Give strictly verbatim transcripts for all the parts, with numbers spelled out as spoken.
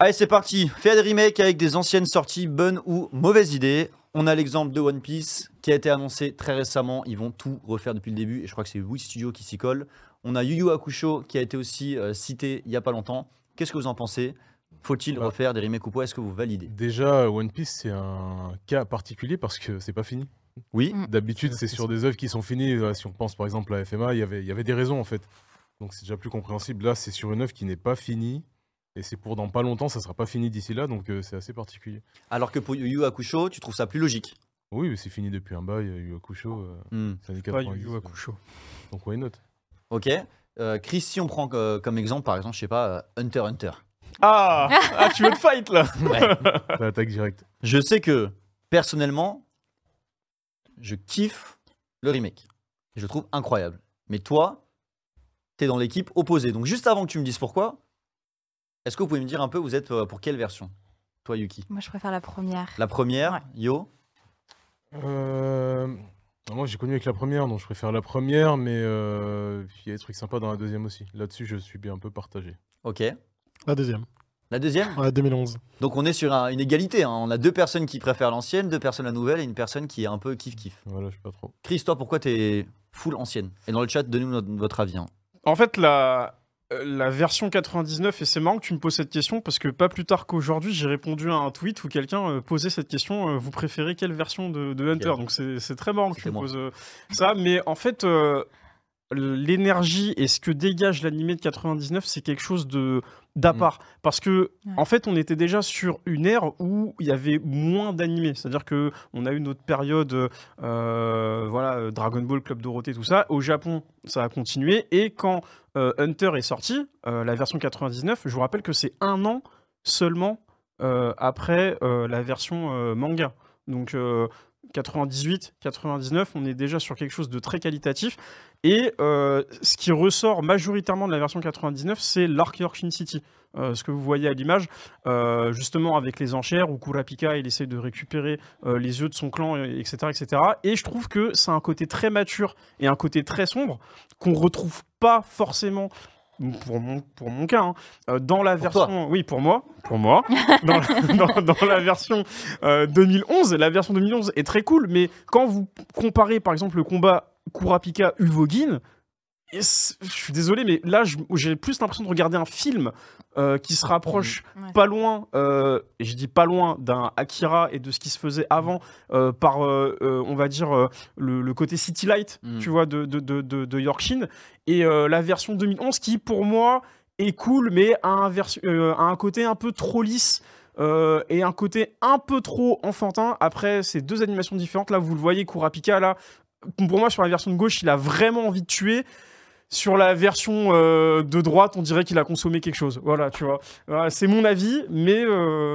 Allez, c'est parti. Faire des remakes avec des anciennes sorties, bonnes ou mauvaises idées. On a l'exemple de One Piece qui a été annoncé très récemment. Ils vont tout refaire depuis le début et je crois que c'est Wii Studio qui s'y colle. On a Yu Yu Hakusho qui a été aussi euh, cité il n'y a pas longtemps. Qu'est-ce que vous en pensez? Faut-il Bah, refaire des remakes ou pas? Est-ce que vous validez? Déjà, One Piece, c'est un cas particulier parce que c'est pas fini. Oui. Mm. D'habitude, C'est c'est c'est sur ça. des œuvres qui sont finies. Euh, Si on pense par exemple à F M A, il y avait, il y avait des raisons en fait. Donc c'est déjà plus compréhensible. Là, c'est sur une œuvre qui n'est pas finie. Et c'est pour dans pas longtemps, ça sera pas fini d'ici là. Donc euh, c'est assez particulier. Alors que pour Yu Yu Hakusho, tu trouves ça plus logique? Oui, mais c'est fini depuis un bail. Yu Yu Hakusho, euh, Hmm. c'est années Pas quatre-vingt-dix. Yu Yu euh, Hakusho. donc why not? Ok. Euh, Chris, si on prend euh, comme exemple, par exemple, je sais pas, euh, Hunter x Hunter. Ah, ah, tu veux te fight là? Ça attaque direct. Je sais que, personnellement, je kiffe le remake. Je le trouve incroyable. Mais toi, t'es dans l'équipe opposée. Donc juste avant que tu me dises pourquoi, est-ce que vous pouvez me dire un peu, vous êtes euh, pour quelle version? Toi, Yuki. Moi, je préfère la première. La première, Ouais. Yo. Euh, Moi, j'ai connu avec la première, donc je préfère la première, mais euh, il y a des trucs sympas dans la deuxième aussi. Là-dessus, je suis bien un peu partagé. Ok. La deuxième. La deuxième? Ouais, deux mille onze. Donc on est sur un- une égalité. Hein. On a deux personnes qui préfèrent l'ancienne, deux personnes la nouvelle et une personne qui est un peu kiff-kiff. Voilà, je sais pas trop. Chris, toi, pourquoi t'es full ancienne? Et dans le chat, donnez-nous notre- votre avis. Hein. En fait, la, euh, la version quatre-vingt-dix-neuf, et c'est marrant que tu me poses cette question, parce que pas plus tard qu'aujourd'hui, j'ai répondu à un tweet où quelqu'un euh, posait cette question, euh, vous préférez quelle version de, de Hunter? Ok. Donc c'est c'est très marrant que tu C'était me moi. poses euh, ça, mais en fait, euh, l'énergie et ce que dégage l'animé de quatre-vingt-dix-neuf, c'est quelque chose de d'à Mm. part. Parce que, Ouais. en fait, on était déjà sur une ère où il y avait moins d'animés. C'est-à-dire que on a eu notre période, euh, voilà, euh, Dragon Ball, Club Dorothée, tout ça. Au Japon, ça a continué. Et quand euh, Hunter est sorti, euh, la version quatre-vingt-dix-neuf, je vous rappelle que c'est un an seulement euh, après euh, la version euh, manga. Donc euh, quatre-vingt-dix-huit, quatre-vingt-dix-neuf, on est déjà sur quelque chose de très qualitatif. Et euh, ce qui ressort majoritairement de la version quatre-vingt-dix-neuf, c'est l'arc York City. Euh, ce que vous voyez à l'image, euh, justement avec les enchères où Kurapika il essaie de récupérer euh, les yeux de son clan, et cetera, et cetera. Et je trouve que c'est un côté très mature et un côté très sombre qu'on retrouve pas forcément. Pour mon, pour mon cas, hein, euh, dans la Pour version, oui pour moi, pour moi, dans, dans- dans la version euh, deux mille onze, la version deux mille onze est très cool, mais quand vous comparez par exemple le combat Kurapika Uvogin, et c'est- je suis désolé, mais là je- j'ai plus l'impression de regarder un film euh, qui se rapproche Ouais. pas loin, euh, et je dis pas loin d'un Akira et de ce qui se faisait avant euh, par, euh, euh, on va dire, euh, le, le côté City Light, Mm. tu vois, de, de, de, de, de Yorkshin, et euh, la version deux mille onze qui, pour moi, est cool, mais a un, version- euh, a un côté un peu trop lisse. euh, et un côté un peu trop enfantin. Après, c'est deux animations différentes. Là, vous le voyez, Kurapika, là, pour moi, sur la version de gauche, il a vraiment envie de tuer. Sur la version euh, de droite, on dirait qu'il a consommé quelque chose. Voilà, tu vois. Voilà, c'est mon avis, mais euh,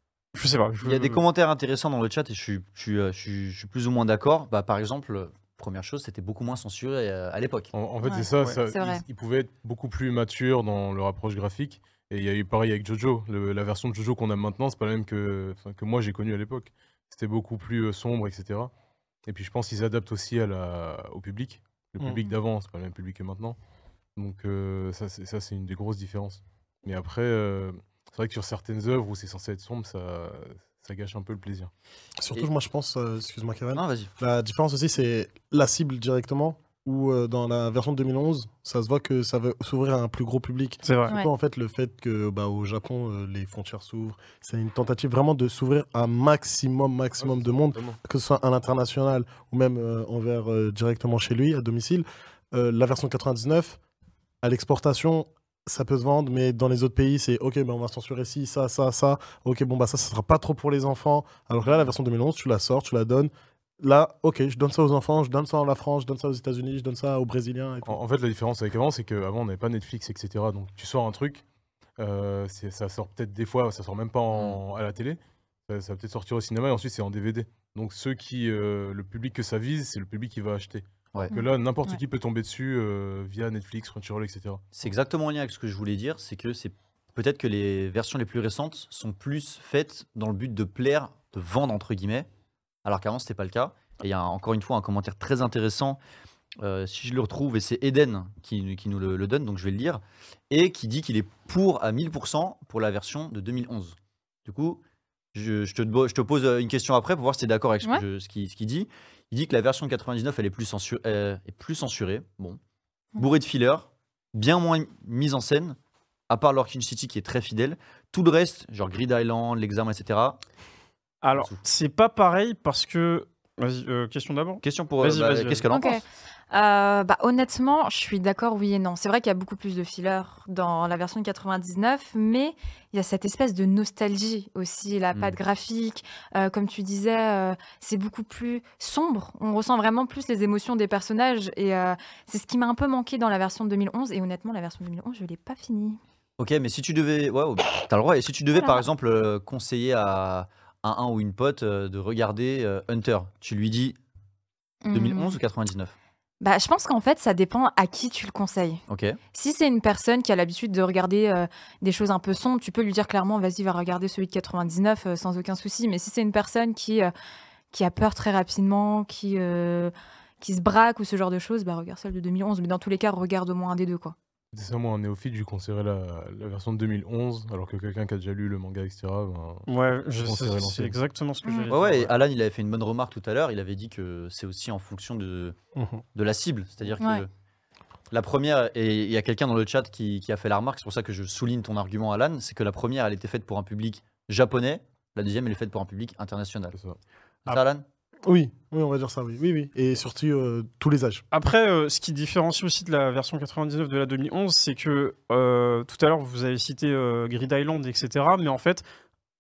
je sais pas. je- Il y a des commentaires intéressants dans le chat et je suis, je suis, euh, je suis, je suis plus ou moins d'accord. Bah, par exemple, euh, première chose, c'était beaucoup moins censuré euh, à l'époque. En, en fait, Ouais. c'est ça. Ouais. ça C'est vrai. ils, ils pouvaient être beaucoup plus matures dans leur approche graphique. Et il y a eu pareil avec Jojo. Le- la version de Jojo qu'on a maintenant, c'est pas la même que, enfin, que moi j'ai connue à l'époque. C'était beaucoup plus euh, sombre, et cetera. Et puis je pense qu'ils adaptent aussi à la, au public. Le Mm. public d'avant, c'est pas le même public que maintenant. Donc euh, ça, c'est, ça, c'est une des grosses différences. Mais après, euh, c'est vrai que sur certaines œuvres où c'est censé être sombre, ça, ça gâche un peu le plaisir. Surtout, Et- moi, je pense, euh, excuse-moi, Kevin, Non, vas-y. la différence aussi, c'est la cible directement, où euh, dans la version de deux mille onze, ça se voit que ça veut s'ouvrir à un plus gros public. C'est vrai. Ouais. Surtout, en fait, le fait que bah, au Japon, euh, les frontières s'ouvrent, c'est une tentative vraiment de s'ouvrir à un maximum, maximum Ouais, de monde, totalement. que ce soit à l'international ou même euh, envers euh, directement chez lui, à domicile. Euh, la version quatre-vingt-dix-neuf, à l'exportation, ça peut se vendre, mais dans les autres pays, c'est ok, ben on va censurer ci, ça, ça, ça. Ok, bon, bah ça, ça sera pas trop pour les enfants. Alors que là, la version deux mille onze, tu la sors, tu la donnes. Là, ok, je donne ça aux enfants, je donne ça à la France, je donne ça aux États-Unis, je donne ça aux Brésiliens et tout. En, en fait, la différence avec avant, c'est qu'avant, on n'avait pas Netflix, et cetera. Donc, tu sors un truc, euh, c'est- ça sort peut-être des fois, ça sort même pas en- à la télé. Ça, ça va peut-être sortir au cinéma et ensuite, c'est en D V D. Donc, ceux qui, euh, le public que ça vise, c'est le public qui va acheter. Ouais. Que là, n'importe Ouais. qui peut tomber dessus euh, via Netflix, Crunchyroll, et cetera. C'est exactement en lien avec ce que je voulais dire. C'est que c'est peut-être que les versions les plus récentes sont plus faites dans le but de plaire, de vendre, entre guillemets, alors qu'avant, c'était pas le cas. Et il y a encore une fois un commentaire très intéressant euh, si je le retrouve, et c'est Eden qui, qui nous le, le donne, donc je vais le lire, et qui dit qu'il est pour à mille pour cent pour la version de deux mille onze. Du coup, je, je te, je te pose une question après pour voir si tu es d'accord avec ce Ouais. que je- ce qu'il ce qu'il dit. Il dit que la version quatre-vingt-dix-neuf, elle est plus, censu- euh, est plus censurée, bon, bourrée de fillers, bien moins mise en scène, à part Lorkin City qui est très fidèle. Tout le reste, genre Grid Island, l'examen, et cetera. Alors, dessous. c'est pas pareil parce que. Vas-y, euh, question d'abord. Question pour Vas-y, euh, bah, vas-y, qu'est-ce qu'elle en Ok. pense? Euh, bah, honnêtement, je suis d'accord, oui et non. C'est vrai qu'il y a beaucoup plus de fillers dans la version de quatre-vingt-dix-neuf, mais il y a cette espèce de nostalgie aussi, la Mm. patte graphique. Euh, comme tu disais, euh, c'est beaucoup plus sombre. On ressent vraiment plus les émotions des personnages. Et euh, c'est ce qui m'a un peu manqué dans la version de deux mille onze. Et honnêtement, la version de deux mille onze, je ne l'ai pas finie. Ok, mais si tu devais, ouais, ouais, t'as le droit. Et si tu devais, Voilà. par exemple, euh, conseiller à, à un ou une pote euh, de regarder euh, Hunter, tu lui dis deux mille onze Hmm. ou quatre-vingt-dix-neuf? Bah, je pense qu'en fait, ça dépend à qui tu le conseilles. Ok. Si c'est une personne qui a l'habitude de regarder euh, des choses un peu sombres, tu peux lui dire clairement, vas-y, va regarder celui de quatre-vingt-dix-neuf euh, sans aucun souci. Mais si c'est une personne qui, euh, qui a peur très rapidement, qui, euh, qui se braque ou ce genre de choses, bah, regarde celle de deux mille onze. Mais dans tous les cas, regarde au moins un des deux, quoi. C'est ça, moi, un néophyte, je lui conseillerais la, la version de deux mille onze, alors que quelqu'un qui a déjà lu le manga, et cetera. Ben, Ouais, je- Je pense que c'est c'est c'est relancé. exactement ce que Mm. j'allais Ouais, ouais, dire. et Alan, il avait fait une bonne remarque tout à l'heure. Il avait dit que c'est aussi en fonction de, Mhm. de la cible. C'est-à-dire Ouais. que la première, et il y a quelqu'un dans le chat qui, qui a fait la remarque, c'est pour ça que je souligne ton argument, Alan, c'est que la première, elle était faite pour un public japonais, la deuxième, elle est faite pour un public international. c'est ça. C'est ça, Alan? Oui, oui, on va dire ça, oui. Oui, oui. Et surtout, euh, tous les âges. Après, euh, ce qui différencie aussi de la version quatre-vingt-dix-neuf de la deux mille onze, c'est que euh, tout à l'heure, vous avez cité euh, Grid Island, et cetera. Mais en fait,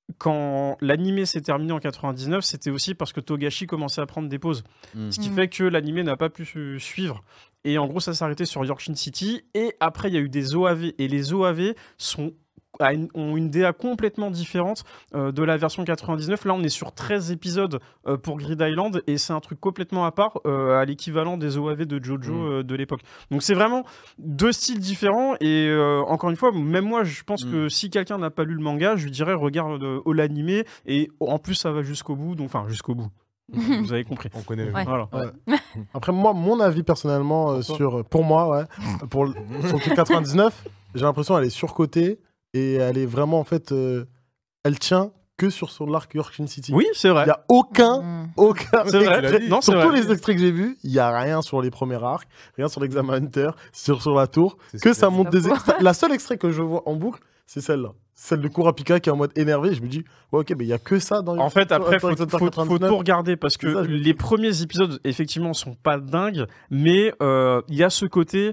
quand l'animé s'est terminé en quatre-vingt-dix-neuf, c'était aussi parce que Togashi commençait à prendre des pauses. Mm. Ce qui Mm. fait que l'animé n'a pas pu su- suivre. Et en gros, ça s'est arrêté sur Yorkshire City. Et après, il y a eu des O A V. Et les O A V sont, a une- ont une D A complètement différente euh, de la version quatre-vingt-dix-neuf. Là, on est sur treize épisodes euh, pour Grid Island. Et c'est un truc complètement à part, euh, à l'équivalent des O A V de Jojo Mm. euh, de l'époque. Donc, c'est vraiment deux styles différents. Et euh, encore une fois, même moi, je pense Mm. que si quelqu'un n'a pas lu le manga, je lui dirais regarde euh, l'animé. Et en plus, ça va jusqu'au bout. Donc, enfin, jusqu'au bout. Vous avez compris. On connaît. Ouais. Voilà. Après, moi, mon avis personnellement, euh, Pour toi sur, pour moi, ouais, pour le- sur le truc quatre-vingt-dix-neuf, j'ai l'impression qu'elle est surcotée et elle est vraiment, en fait, euh, elle tient que sur son l'arc Yorkshire City. Oui, c'est Il vrai. n'y a aucun, Mm. aucun C'est vrai. tu l'as dit. Non, c'est sur tous vrai. les extraits que j'ai vus, il n'y a rien sur les premiers arcs, rien sur l'examen Hunter, sur, sur la tour, C'est que ce ça que- monte C'est des pas faux. extraits. La seule extrait que je vois en boucle, c'est celle-là. Celle de Kurapika qui est en mode énervé. Je me dis, ouais, ok, mais il n'y a que ça dans En fait, sur après, Hunter faut, x Hunter faut- faut quatre-vingt-dix-neuf. tout regarder parce que C'est ça, je me les dis. premiers épisodes, effectivement, sont pas dingues, mais euh, il y a ce côté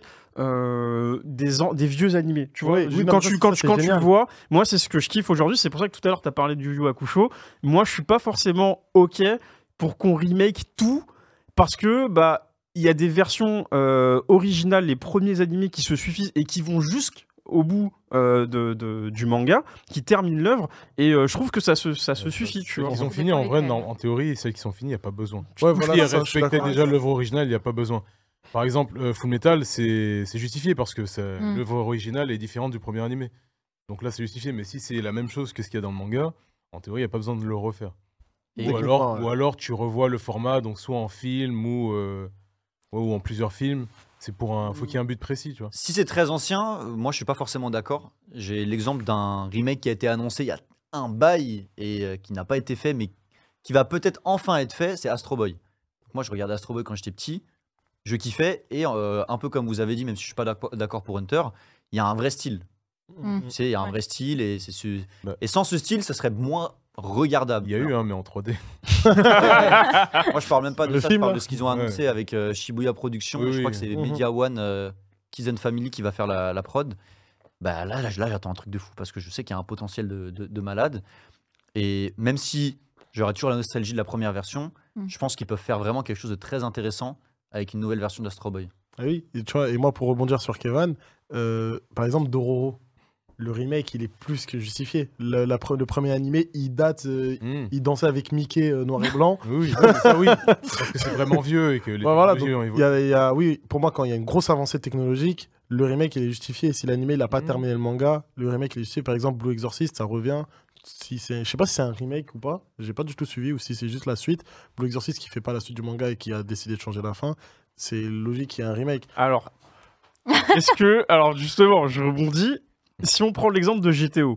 euh, des, an- des vieux animés. Tu vois, Oui, oui, non, quand, mais ça, tu, c'est- quand, ça, tu, c'est quand tu le génial. vois, moi, c'est ce que je kiffe aujourd'hui. C'est pour ça que tout à l'heure, tu as parlé du Yu Yu Hakusho. Moi, je suis pas forcément OK pour qu'on remake tout parce que, bah, il y a des versions euh, originales, les premiers animés qui se suffisent et qui vont jusqu'au bout euh, de, de- du manga, qui terminent l'œuvre. Et euh, je trouve que ça se, ça se Ouais, suffit. Tu Ceux vois. qui sont Ça finis, dépend en vrai, lesquels. non, en théorie, celles qui sont finies, il n'y a pas besoin. Ouais, Tu voilà, dis, ça, je suis respecter d'accord déjà avec ça. l'œuvre originale, il n'y a pas besoin. Par exemple, euh, Full Metal, c'est c'est justifié parce que ça- Mm. l'œuvre originale est différente du premier animé. Donc là, c'est justifié. Mais si c'est la même chose que ce qu'il y a dans le manga, en théorie, il n'y a pas besoin de le refaire. Et- Ou Techniquement, alors, ouais. ou alors, tu revois le format, donc soit en film ou, euh, ouais, ou en plusieurs films. C'est pour un, faut qu'il y ait un but précis, tu vois. Si c'est très ancien, euh, moi je suis pas forcément d'accord. J'ai l'exemple d'un remake qui a été annoncé il y a un bail et euh, qui n'a pas été fait, mais qui va peut-être enfin être fait, c'est Astro Boy. Moi je regardais Astro Boy quand j'étais petit, je kiffais, et euh, un peu comme vous avez dit, même si je suis pas d'ac- d'accord pour Hunter, il y a un vrai style. Mm. Tu sais, il y a un Ouais. vrai style, et, c'est ce- Bah. et sans ce style, ça serait moins regardable. Il y a eu, hein, mais en trois D. Moi je parle même pas de Le ça, film, je parle là. de ce qu'ils ont annoncé avec euh, Shibuya Productions, Oui, je crois oui. que c'est Mhm. Media One, euh, Kizen Family qui va faire la, la prod. Bah là, là, là, j'attends un truc de fou parce que je sais qu'il y a un potentiel de, de- de malade. Et même si j'aurais toujours la nostalgie de la première version, Mm. je pense qu'ils peuvent faire vraiment quelque chose de très intéressant avec une nouvelle version d'Astro Boy. Ah oui, et tu vois, et moi pour rebondir sur Kevin, euh, par exemple Dororo, le remake il est plus que justifié. Le, la pre- le premier animé il date, euh, Hmm. il dansait avec Mickey euh, noir et blanc. Oui, oui, non, mais ça oui. Parce que c'est vraiment vieux et que les Ouais, voilà, technologies ont donc, évolué. il y a, il y a- oui, pour moi quand il y a une grosse avancée technologique, le remake il est justifié. Si l'animé il a pas Mhm. terminé le manga, le remake il est justifié. Par exemple Blue Exorcist, ça revient. Si c'est, je sais pas si c'est un remake ou pas, j'ai pas du tout suivi ou si c'est juste la suite. Blue Exorcist qui fait pas la suite du manga et qui a décidé de changer la fin. c'est logique qu'il y ait un remake. Alors, est-ce que. Alors, justement, je rebondis. Si on prend l'exemple de G T O.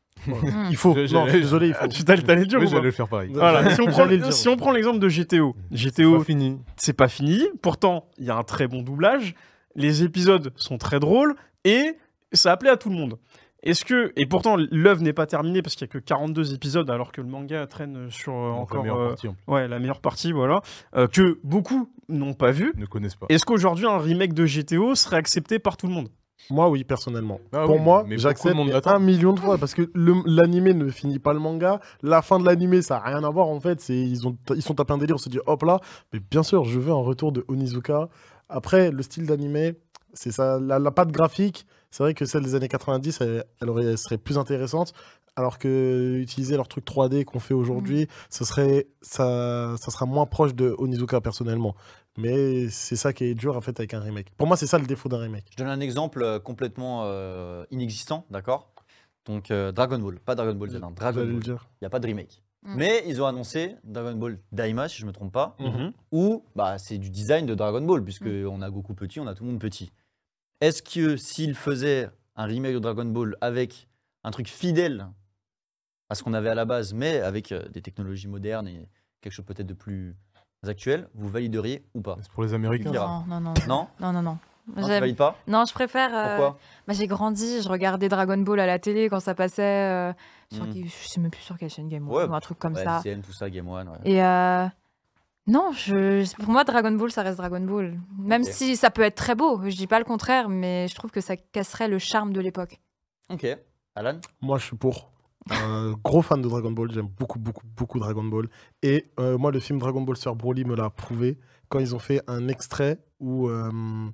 Mm. Il faut. Je- Non, j'allais- désolé, il faut. Tu t'allais t'allais le dire Oui, ou pas j'allais le faire pareil. Voilà, si on, prend, J'allais le dire. si on prend l'exemple de G T O, Pas G T O, fini. c'est pas fini. Pourtant, il y a un très bon doublage. Les épisodes sont très drôles et ça a plu à tout le monde. Est-ce que et pourtant l'œuvre n'est pas terminée parce qu'il y a que quarante-deux épisodes alors que le manga traîne sur euh, Donc, la encore meilleure euh, partie, en plus. ouais la meilleure partie voilà euh, que beaucoup n'ont pas vu. Ne connaissent pas. Est-ce qu'aujourd'hui un remake de G T O serait accepté par tout le monde? Moi, oui, personnellement. Ah Pour oui, moi, mais beaucoup j'accepte de monde mais l'attend. un million de fois parce que le- l'animé ne finit pas le manga. La fin de l'animé, ça n'a rien à voir en fait. C'est ils ont ils sont tapés un délire. On se dit hop là. Mais bien sûr, je veux un retour de Onizuka. Après, le style d'animé, c'est ça. La, la patte graphique, c'est vrai que celle des années quatre-vingt-dix, elle, elle aurait- elle serait plus intéressante. Alors que utiliser leur truc trois D qu'on fait aujourd'hui, ce serait ça, ça sera moins proche de Onizuka personnellement. Mais c'est ça qui est dur en fait avec un remake. Pour moi, c'est ça le défaut d'un remake. Je donne un exemple euh, complètement euh, inexistant, d'accord? Donc euh, Dragon Ball, pas Dragon Ball Z, hein, Dragon J'allais le Ball. dire. Il n'y a pas de remake. Mm. Mais ils ont annoncé Dragon Ball Daima, si je ne me trompe pas, Mhm. où bah, c'est du design de Dragon Ball, puisque on a Goku petit, on a tout le monde petit. Est-ce que s'ils faisaient un remake de Dragon Ball avec un truc fidèle à ce qu'on avait à la base, mais avec euh, des technologies modernes et quelque chose peut-être de plus actuel, vous valideriez ou pas? C'est pour les Américains. Kira. Non, non, non. Non? Non, non, non. Non, tu J'aime- valides pas? Non, je préfère. euh, Pourquoi? bah, j'ai grandi, je regardais Dragon Ball à la télé quand ça passait. euh, sur, Mm. je sais même plus sur quelle chaîne Game Ouais, One ou un truc comme Ouais, ça. L C N, tout ça, Game One. Ouais. Et euh, non, je, pour moi, Dragon Ball, ça reste Dragon Ball. Même Ok. si ça peut être très beau, je dis pas le contraire, mais je trouve que ça casserait le charme de l'époque. Ok. Alan? Moi, je suis pour. Un gros fan de Dragon Ball. J'aime beaucoup, beaucoup, beaucoup Dragon Ball. Et euh, moi, le film Dragon Ball Super Broly me l'a prouvé quand ils ont fait un extrait où, euh,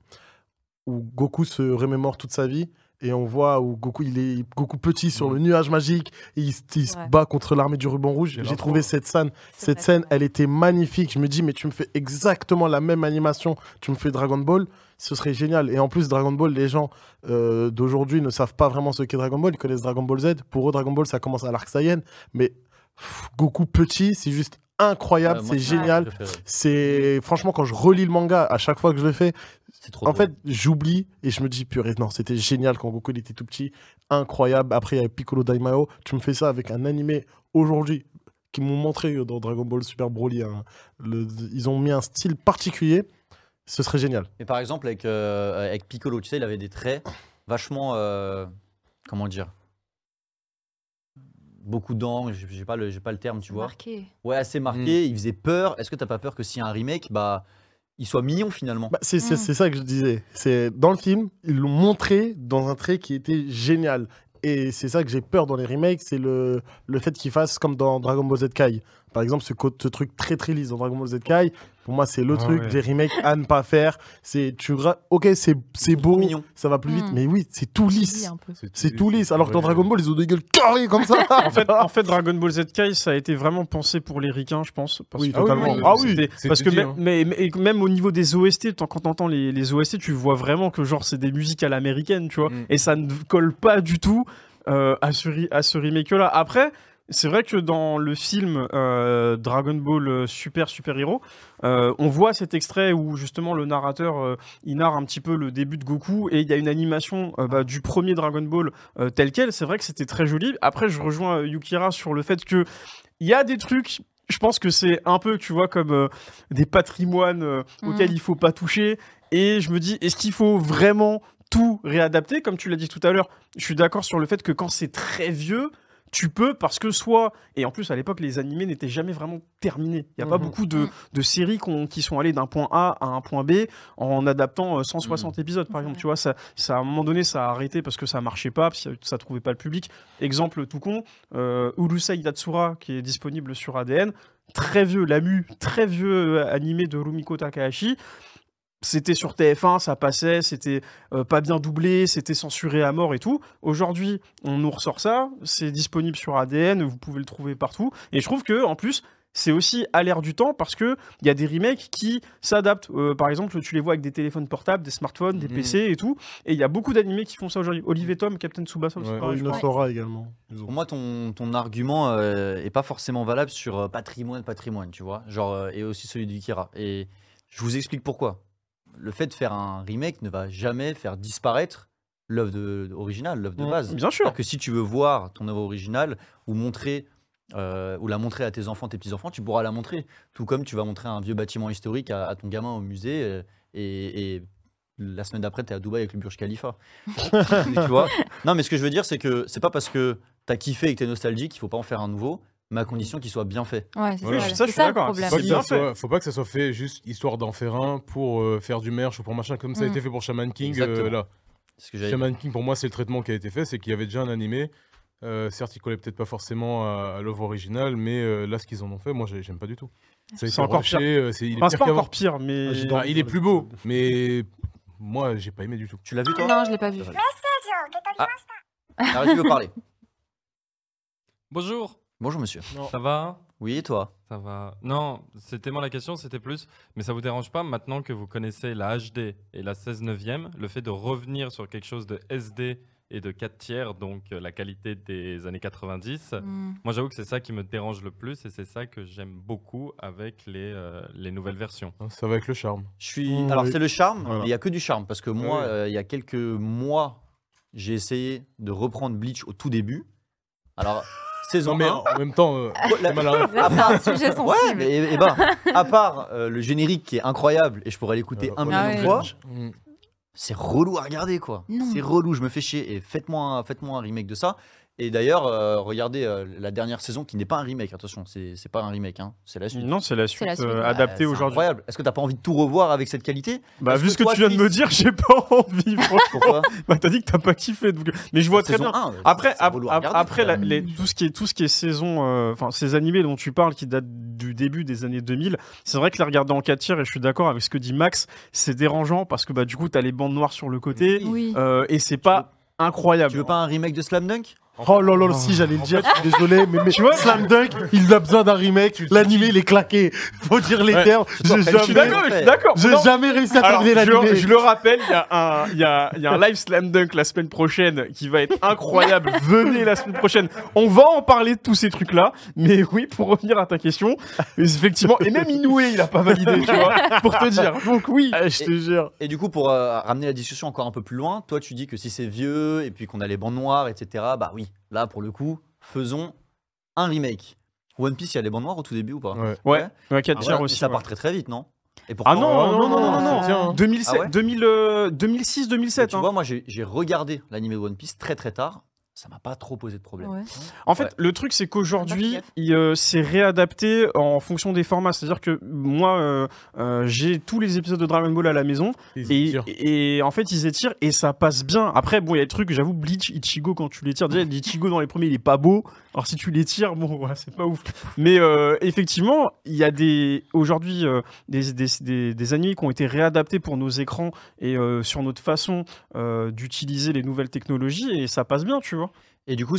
où Goku se remémore toute sa vie. Et on voit où Goku, il est Goku petit sur Mhm. le nuage magique. Et il, se- il se Ouais. bat contre l'armée du ruban rouge. J'ai J'ai l'intro. trouvé cette scène, C'est cette vrai, scène, c'est vrai. elle était magnifique. Je me dis, mais tu me fais exactement la même animation. Tu me fais Dragon Ball. Ce serait génial. Et en plus, Dragon Ball, les gens euh, d'aujourd'hui ne savent pas vraiment ce qu'est Dragon Ball. Ils connaissent Dragon Ball Z. Pour eux, Dragon Ball, ça commence à l'arc Saiyan. Mais pff, Goku petit, c'est juste incroyable. Ouais, moi, c'est c'est mon génial. préféré. C'est franchement, quand je relis le manga, à chaque fois que je le fais, C'est trop en drôle. fait, j'oublie et je me dis, purée, non, c'était génial quand Goku il était tout petit. Incroyable. Après, il y avait Piccolo Daimao. Tu me fais ça avec un animé aujourd'hui qui m'ont montré dans Dragon Ball Super Broly. hein, le- ils ont mis un style particulier. Ce serait génial. Mais par exemple, avec, euh, avec Piccolo, tu sais, il avait des traits vachement. euh, comment dire? Beaucoup d'angles, j'ai j'ai pas, le- j'ai pas le terme, tu vois. Marqué. Ouais, assez marqué, il faisait peur. Est-ce que t'as pas peur que s'il y a un remake, bah, il soit mignon finalement? Bah, c'est c'est- Mm. c'est ça que je disais. C'est dans le film, ils l'ont montré dans un trait qui était génial. Et c'est ça que j'ai peur dans les remakes, c'est le, le fait qu'ils fassent comme dans Dragon Ball Z Kai. Par exemple, ce, co- ce truc très très lisse dans Dragon Ball Z Kai, pour moi, c'est le Ah truc ouais. des remakes à ne pas faire. C'est tu gra- ok, c'est c'est Trop beau, mignon. ça va plus vite, Mm. mais oui, c'est tout Cheesy lisse. un peu. C'est tout lisse. Alors que dans Ouais, Dragon Ball, ils ont des gueules carrées comme ça. En fait, en fait, Dragon Ball Z Kai, ça a été vraiment pensé pour les ricains, je pense. Parce Oui, que- totalement. oui. Ah oui. C'était- C'est parce tout que dit, même, hein. mais, mais- et même au niveau des O S T, tant- quand t'entends les, les O S T, tu vois vraiment que genre c'est des musiques à l'américaine, tu vois. Mm. Et ça ne colle pas du tout euh, à ce, ri- à ce remake-là. Après, c'est vrai que dans le film euh, Dragon Ball euh, Super Super Hero, euh, on voit cet extrait où justement le narrateur euh, il narre un petit peu le début de Goku et il y a une animation euh, bah, du premier Dragon Ball euh, tel quel. C'est vrai que c'était très joli. Après, je rejoins euh, Yukira sur le fait que il y a des trucs. Je pense que c'est un peu, tu vois, comme euh, des patrimoines euh, Mhm. auxquels il faut pas toucher. Et je me dis, est-ce qu'il faut vraiment tout réadapter? Comme tu l'as dit tout à l'heure, je suis d'accord sur le fait que quand c'est très vieux, tu peux, parce que soit... Et en plus, à l'époque, les animés n'étaient jamais vraiment terminés. Il n'y a pas Mhm. beaucoup de, Mhm. de séries qu'on- qui sont allées d'un point A à un point B en adaptant euh, cent soixante Mhm. épisodes, par C'est exemple. vrai. Tu vois, ça, ça, à un moment donné, ça a arrêté parce que ça marchait pas, parce que ça trouvait pas le public. Exemple tout con, euh, Urusei Yatsura, qui est disponible sur A D N, très vieux, Lamu, très vieux euh, animé de Rumiko Takahashi. C'était sur T F un, ça passait, c'était euh, pas bien doublé, c'était censuré à mort et tout. Aujourd'hui, on nous ressort ça, c'est disponible sur A D N, vous pouvez le trouver partout. Et je trouve que en plus, c'est aussi à l'ère du temps parce que il y a des remakes qui s'adaptent. Euh, par exemple, tu les vois avec des téléphones portables, des smartphones, des Mhm. P C et tout. Et il y a beaucoup d'animés qui font ça aujourd'hui. Olivier Tom, Captain Tsubasa aussi. Ouais. pareil, je Une crois. Sora également. Ils ont- Pour moi, ton, ton argument euh, est pas forcément valable sur euh, patrimoine, patrimoine, tu vois. Genre, euh, et aussi celui du Kira. Et je vous explique pourquoi. le fait de faire un remake ne va jamais faire disparaître l'œuvre de- originale, l'œuvre de Mm, base. Bien sûr. C'est-à-dire que si tu veux voir ton œuvre originale ou montrer euh, ou la montrer à tes enfants, tes petits enfants, tu pourras la montrer. Tout comme tu vas montrer un vieux bâtiment historique à, à ton gamin au musée euh, et, et la semaine d'après tu es à Dubaï avec le Burj Khalifa. tu vois. Non, mais ce que je veux dire, c'est que c'est pas parce que tu as kiffé et que tu es nostalgique qu'il faut pas en faire un nouveau, mais à condition qu'il soit bien fait. Ouais, c'est Voilà. ça, Ça, je c'est suis ça le d'accord. problème. Faut pas, C'est que bien ça soit, faut pas que ça soit fait juste histoire d'en faire un pour euh, faire du merch ou pour machin, comme ça a Mm. été fait pour Shaman King. euh, Exactement. là. C'est ce que j'avais Shaman King, pour moi, c'est le traitement qui a été fait, c'est qu'il y avait déjà un animé. Euh, certes, il collait peut-être pas forcément à, à l'œuvre originale, mais euh, là, ce qu'ils en ont fait, moi, j'ai- j'aime pas du tout. Ça a été C'est encore rushé, euh, c'est- il est Enfin, c'est pire pas qu'avant. encore pire, mais. Ah, j'ai Enfin, il est plus beau, mais moi, j'ai pas aimé du tout. Tu l'as vu toi Non, je l'ai pas vu. Ah, Arrête de parler. Bonjour, Bonjour monsieur. ça va? Oui, et toi? Ça va. Non, c'était moi la question, c'était plus, mais ça vous dérange pas maintenant que vous connaissez la H D et la seize neuvième, le fait de revenir sur quelque chose de S D et de quatre tiers, donc euh, la qualité des années quatre-vingt-dix. Mm. Moi, j'avoue que c'est ça qui me dérange le plus et c'est ça que j'aime beaucoup avec les, euh, les nouvelles versions. Hein, Ça va avec le charme. Je suis. Mmh, Alors oui. c'est le charme, Voilà. mais il y a que du charme parce que moi, Oui. euh, il y a quelques mois, j'ai essayé de reprendre Bleach au tout début. Alors saison Non, mais un, en même temps, euh, la- c'est mal à rêve. Là, c'est un sujet Ouais, sensible. mais et, et ben, à part euh, le générique qui est incroyable et je pourrais l'écouter Euh, un ouais. million Ah de ouais. fois, Mm. c'est relou à regarder quoi. Non. C'est relou, je me fais chier et faites-moi un, faites-moi un remake de ça. Et d'ailleurs, euh, regardez euh, la dernière saison qui n'est pas un remake, attention, c'est c'est pas un remake, hein, c'est la suite. Non, c'est la suite, la suite. euh, Ouais, adaptée C'est aujourd'hui. incroyable. Est-ce que t'as pas envie de tout revoir avec cette qualité? Bah, Est-ce vu que ce que toi, tu viens de me Chris- dire, j'ai pas envie. franchement. Pourquoi? Bah, t'as dit que t'as pas kiffé. donc- Mais je vois très Saison bien. un, Après, c'est ap- relou à ap- regarder, après la- frère. les- tout ce qui est tout ce qui est saison, euh, enfin ces animés dont tu parles qui datent du début des années deux mille, c'est vrai que les regarder en quatre tiers et je suis d'accord avec ce que dit Max, c'est dérangeant parce que bah du coup t'as les bandes noires sur le côté Oui. euh, et c'est pas incroyable. Tu veux pas un remake de Slam Dunk? Oh là là, si j'allais le dire, je suis désolé, mais, mais tu vois, Slam Dunk, il a besoin d'un remake. L'animé, il est claqué. Faut dire les Ouais. termes. J'ai Je suis Je suis jamais, d'accord, je suis d'accord. j'ai Non. jamais réussi à Alors, terminer je, l'animé. je le rappelle, il y, a un- il y, a, il y a un live slam dunk la semaine prochaine qui va être incroyable. Venez la semaine prochaine. On va en parler de tous ces trucs-là. Mais oui, pour revenir à ta question, effectivement, et même Inoue, il a pas validé, tu vois, pour te dire. Donc oui. Ah, je te jure. Et du coup, pour euh, ramener la discussion encore un peu plus loin, toi tu dis que si c'est vieux et puis qu'on a les bandes noires, et cetera, bah oui, là pour le coup, faisons un remake. One Piece, il y a les bandes noires au tout début ou pas? Ouais. Ouais, ouais, quatre Ah, tiers voilà, mais aussi. ça ouais. part très très vite, non? Et pourtant, Ah non, Oh, non, non, non, non, non. c'est bien, hein. deux mille sept, Ah ouais deux mille, euh, deux mille six, deux mille mais sept. tu hein. vois, moi j'ai j'ai regardé l'animé de One Piece très très tard, ça m'a pas trop posé de problème. Ouais. En fait, Ouais. le truc, c'est Pas qu'aujourd'hui, de il euh, s'est réadapté en fonction des formats. C'est-à-dire que moi, euh, euh, j'ai tous les épisodes de Dragon Ball à la maison. Ils Et, tirent. et en fait, ils étirent et ça passe bien. Après, bon, il y a des trucs, j'avoue, Bleach, Ichigo, quand tu les tires, déjà, Ichigo dans les premiers, il est pas beau. Alors, si tu les tires, bon, voilà, c'est pas ouf. Mais euh, effectivement, il y a des aujourd'hui euh, des, des, des, des animés qui ont été réadaptés pour nos écrans et euh, sur notre façon euh, d'utiliser les nouvelles technologies et ça passe bien, tu vois. Et du coup,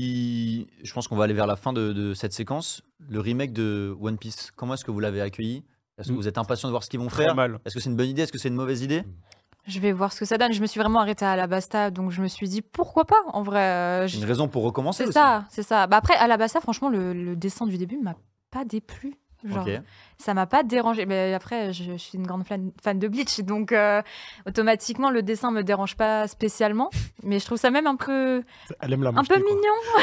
si je pense qu'on va aller vers la fin de, de cette séquence, le remake de One Piece, comment est-ce que vous l'avez accueilli? Est-ce que Mm. vous êtes impatient de voir ce qu'ils vont Très faire? mal. Est-ce que c'est une bonne idée? Est-ce que c'est une mauvaise idée? Je vais voir ce que ça donne. Je me suis vraiment arrêtée à Alabasta, donc je me suis dit pourquoi pas en vrai. euh, C'est je- une raison pour recommencer C'est aussi. ça, c'est ça. Bah après, Alabasta, franchement, le, le dessin du début m'a pas déplu. Genre, Ok. ça m'a pas dérangé. Mais après, je, je suis une grande fan, fan de Bleach, donc euh, automatiquement, le dessin me dérange pas spécialement. Mais je trouve ça même un peu, Elle aime la un mocheté, peu quoi.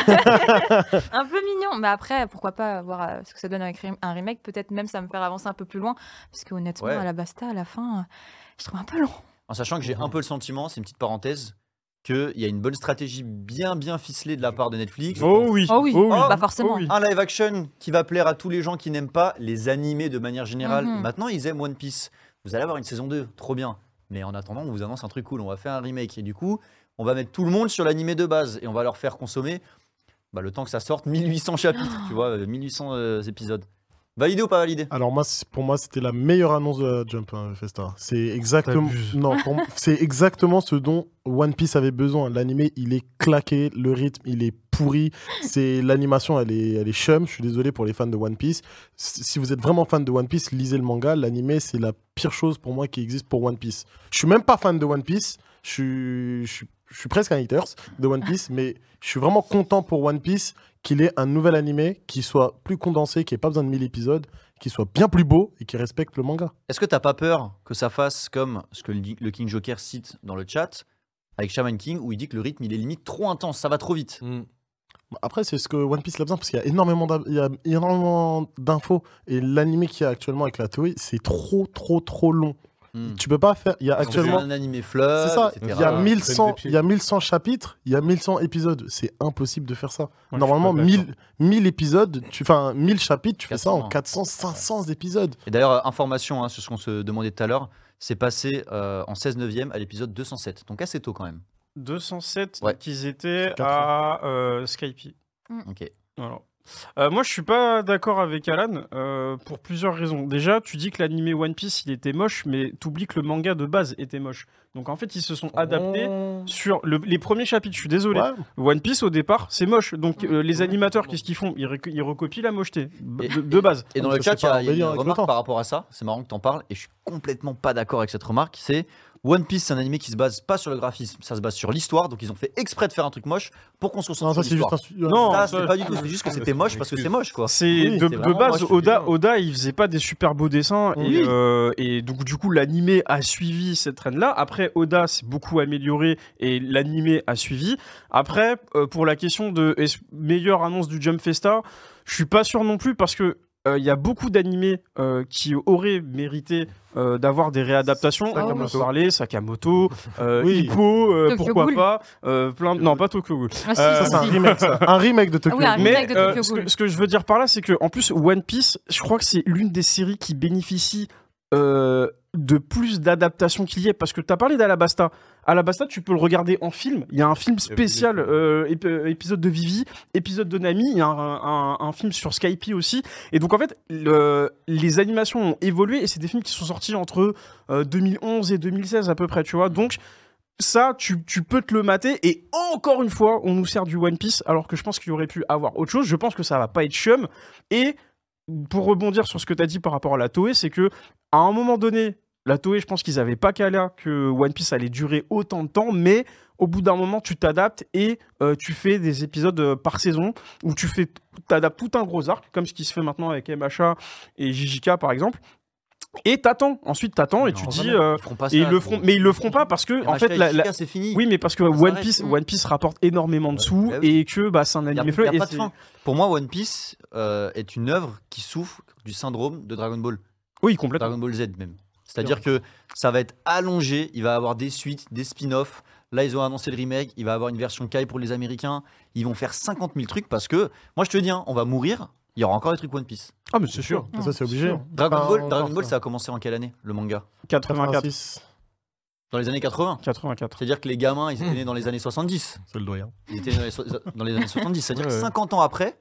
mignon. Un peu mignon. Mais après, pourquoi pas voir euh, ce que ça donne avec rem- un remake. Peut-être même ça me faire avancer un peu plus loin. Parce que honnêtement, Ouais. Alabasta, à la fin, euh, je trouve un peu long. En sachant que j'ai un peu le sentiment, c'est une petite parenthèse, qu'il y a une bonne stratégie bien bien ficelée de la part de Netflix. Oh oui. Oh oui, Oh, bah forcément. oh oui. Un live action qui va plaire à tous les gens qui n'aiment pas les animés de manière générale. Mhm. Maintenant, ils aiment One Piece. Vous allez avoir une saison deux, trop bien. Mais en attendant, on vous annonce un truc cool. On va faire un remake. Et du coup, on va mettre tout le monde sur l'animé de base. Et on va leur faire consommer, bah, le temps que ça sorte, mille huit cents chapitres. Tu vois, euh, mille huit cents euh, épisodes. Validé ou pas validé? Alors moi, c'est- pour moi, c'était la meilleure annonce de la Jump, hein, Festa. C'est exactement, T'abuses. non, pour moi, c'est exactement ce dont One Piece avait besoin. L'animé, il est claqué, le rythme, il est pourri. C'est l'animation, elle est, elle est chum. Je suis désolé pour les fans de One Piece. Si si vous êtes vraiment fan de One Piece, lisez le manga. L'animé, c'est la pire chose pour moi qui existe pour One Piece. Je suis même pas fan de One Piece, je suis, je suis, je suis presque un haters de One Piece, mais je suis vraiment content pour One Piece qu'il ait un nouvel animé qui soit plus condensé, qui n'ait pas besoin de mille épisodes, qui soit bien plus beau et qui respecte le manga. Est-ce que t'as pas peur que ça fasse comme ce que le le King Joker cite dans le chat avec Shaman King, où il dit que le rythme il est limite trop intense, ça va trop vite. Mm. Après, c'est ce que One Piece a besoin parce qu'il y a énormément d'in- il y a énormément d'infos et l'animé qu'il y a actuellement avec la Toei, c'est trop, trop, trop long. Hmm. Tu peux pas faire. Il y a Ils ont fait actuellement. un animé fleuve, C'est ça, et cetera. il y a Voilà. mille cent, Prennent des pieds. il y a mille cent chapitres, il y a mille cent épisodes. C'est impossible de faire ça. Ouais, je suis Normalement, pas mille, mille épisodes, tu, enfin mille chapitres, tu fais ça en quatre cents. quatre cents, cinq cents épisodes. Et d'ailleurs, euh, information hein, sur ce qu'on se demandait tout à l'heure, c'est passé euh, en seize neuvième à l'épisode deux cent sept, donc assez tôt quand même. deux cent sept Ouais. qu'ils étaient quatre à euh, Skype. Ok. Voilà. Euh, moi, je suis pas d'accord avec Alan euh, pour plusieurs raisons. Déjà, tu dis que l'animé One Piece il était moche, mais t'oublies que le manga de base était moche. Donc en fait, ils se sont adaptés Oh. sur le- les premiers chapitres. Je suis désolé. Ouais. One Piece au départ, c'est moche. Donc euh, les animateurs, qu'est-ce qu'ils font ils, réc- ils recopient la mocheté b- Et- de, de base. Et dans Donc le ça, chat, c'est il y pas a, il y a embellir une avec le remarque temps. par rapport à ça, c'est marrant que t'en parles, et je suis complètement pas d'accord avec cette remarque, c'est One Piece, c'est un animé qui se base pas sur le graphisme, ça se base sur l'histoire, donc ils ont fait exprès de faire un truc moche pour qu'on se Non, concentre ça sur c'est juste l'histoire. un. su- Non, Ça, ça, c'était pas je- du tout, c'est juste que Ah, c'était c'est moche une parce que excuse. c'est moche, quoi. C'est Oui, de, c'est de vraiment base, moche, Oda, évidemment. Oda, il faisait pas des super beaux dessins et, Oui. euh, et donc du coup l'animé a suivi cette traîne-là. Après, Oda s'est beaucoup amélioré et l'animé a suivi. Après, euh, pour la question de est-ce meilleure annonce du Jump Festa, je suis pas sûr non plus parce que euh, il y a beaucoup d'animés euh, qui auraient mérité euh, d'avoir des réadaptations. Sakamoto. On peut parler Sakamoto, euh, Oui. Hippo, euh, Tokyo pourquoi Ghoul. pas, euh, plein de... non pas Tokyo Ghoul. Ah, si, Euh, Ça si, c'est un si. remake, ça. Un remake de Tokyo. Ah oui, un Ghoul. remake Mais de euh, Tokyo ce, Ghoul. que, ce que je veux dire par là, c'est que en plus One Piece, je crois que c'est l'une des séries qui bénéficie euh, de plus d'adaptations qu'il y ait. Parce que tu as parlé d'Alabasta. Alabasta, tu peux le regarder en film. Il y a un film spécial, des films. euh, ép- épisode de Vivi, épisode de Nami. Il y a un, un- un film sur Skype aussi. Et donc en fait, le- les animations ont évolué et c'est des films qui sont sortis entre euh, deux mille onze et deux mille seize à peu près, tu vois. Donc ça, tu, tu peux te le mater. Et encore une fois, on nous sert du One Piece alors que je pense qu'il aurait pu avoir autre chose. Je pense que ça va pas être chum. Et pour rebondir sur ce que tu as dit par rapport à la Toei, c'est que à un moment donné, la Toei, je pense qu'ils avaient pas calé que One Piece allait durer autant de temps, mais au bout d'un moment, tu t'adaptes et euh, tu fais des épisodes euh, par saison où tu fais, t'adaptes tout un gros arc, comme ce qui se fait maintenant avec M H A et J J K par exemple. Et t'attends, ensuite t'attends et Non, tu dis, jamais. euh, Ils feront pas et ça, ils le gros. feront, mais ils le feront pas parce que en fait, la- la- c'est fini. oui, mais parce que Ça One s'arrête. Piece, One Piece rapporte énormément de sous Bah oui. et que bah, c'est un Il y a, anime il y fleuve. a et pas de c'est- fin. Pour moi, One Piece euh, est une œuvre qui souffre du syndrome de Dragon Ball, Oui, complètement. Dragon Ball Z même. C'est-à-dire que ça va être allongé, il va avoir des suites, des spin-offs. Là, ils ont annoncé le remake, il va avoir une version Kai pour les Américains. Ils vont faire cinquante mille trucs parce que, moi je te dis, hein, on va mourir, il y aura encore des trucs One Piece. Ah, mais c'est sûr. Ça c'est obligé. sûr. Dragon Enfin, Ball, encore Dragon Ball ça. ça a commencé en quelle année, le manga quatre-vingt-quatre. quatre-vingt-six. Dans les années quatre-vingts. quatre-vingt-quatre. C'est-à-dire que les gamins, ils étaient nés dans les années soixante-dix. C'est le doyen. Ils étaient dans les, so- dans les années soixante-dix. C'est-à-dire Ouais, que ouais. cinquante ans après,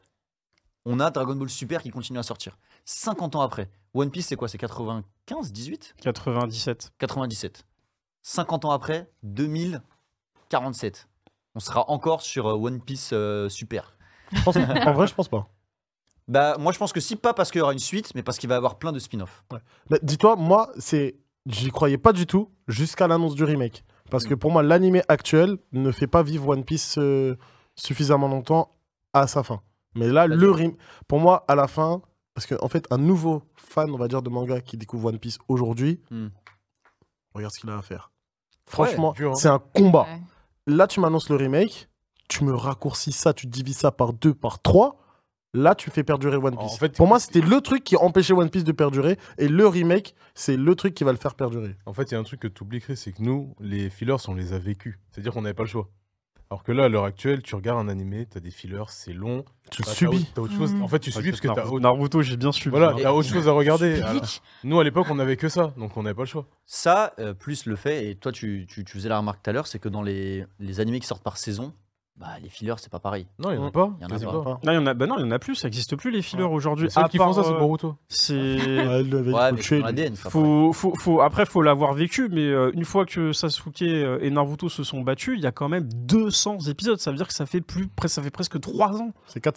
on a Dragon Ball Super qui continue à sortir. cinquante ans après. One Piece, c'est quoi? C'est quatre-vingt-quinze, dix-huit quatre-vingt-dix-sept. quatre-vingt-dix-sept. cinquante ans après, deux mille quarante-sept. On sera encore sur euh, One Piece euh, Super. Je pense- En vrai, je pense pas. Bah, moi, je pense que si, pas parce qu'il y aura une suite, mais parce qu'il va y avoir plein de spin-offs. Mais dis-toi, moi, c'est, j'y croyais pas du tout jusqu'à l'annonce du remake. Parce que pour moi, l'animé actuel ne fait pas vivre One Piece euh, suffisamment longtemps à sa fin. Mais là, le rem... pour moi, à la fin, parce qu'en en fait, un nouveau fan, on va dire, de manga qui découvre One Piece aujourd'hui, Hmm. regarde ce qu'il a à faire. Franchement, dur, hein. c'est un combat. Ouais. Là, tu m'annonces le remake, tu me raccourcis ça, tu divises ça par deux, par trois. Là, tu fais perdurer One Piece. En fait, Pour moi, c'était le truc qui empêchait One Piece de perdurer. Et le remake, c'est le truc qui va le faire perdurer. En fait, il y a un truc que tu oublies, Chris, c'est que nous, les fillers, on les a vécus. C'est-à-dire qu'on n'avait pas le choix. Alors que là, à l'heure actuelle, tu regardes un animé, t'as des fillers, c'est long. Tu le Bah, t'as subis. autre- t'as autre chose. Mhm. En fait, tu subis parce que t'as Naruto, autre... Naruto, j'ai bien suivi. Voilà, hein. t'as autre chose à regarder. Alors, Bleach. nous, à l'époque, on n'avait que ça, donc on n'avait pas le choix. Ça, euh, plus le fait, et toi, tu, tu, tu faisais la remarque tout à l'heure, c'est que dans les, les animés qui sortent par saison, bah, les fillers, c'est pas pareil. Non, il n'y en a Mm. pas. Il y en a quasi pas. pas. Non, il y en a, bah non, il y en a plus, ça n'existe plus les fillers aujourd'hui. Les seuls À qui font part, ça, c'est euh, Boruto. C'est. Ouais, il l'avait Ouais, mais coaché, c'est dans lui. l'A D N, c'est pas pareil. Faut, faut, faut, après, faut l'avoir vécu, mais euh, une fois que Sasuke euh, et Naruto se sont battus, il y a quand même deux cents épisodes. Ça veut dire que ça fait, plus, pre- ça fait presque trois ans. C'est quatre saisons.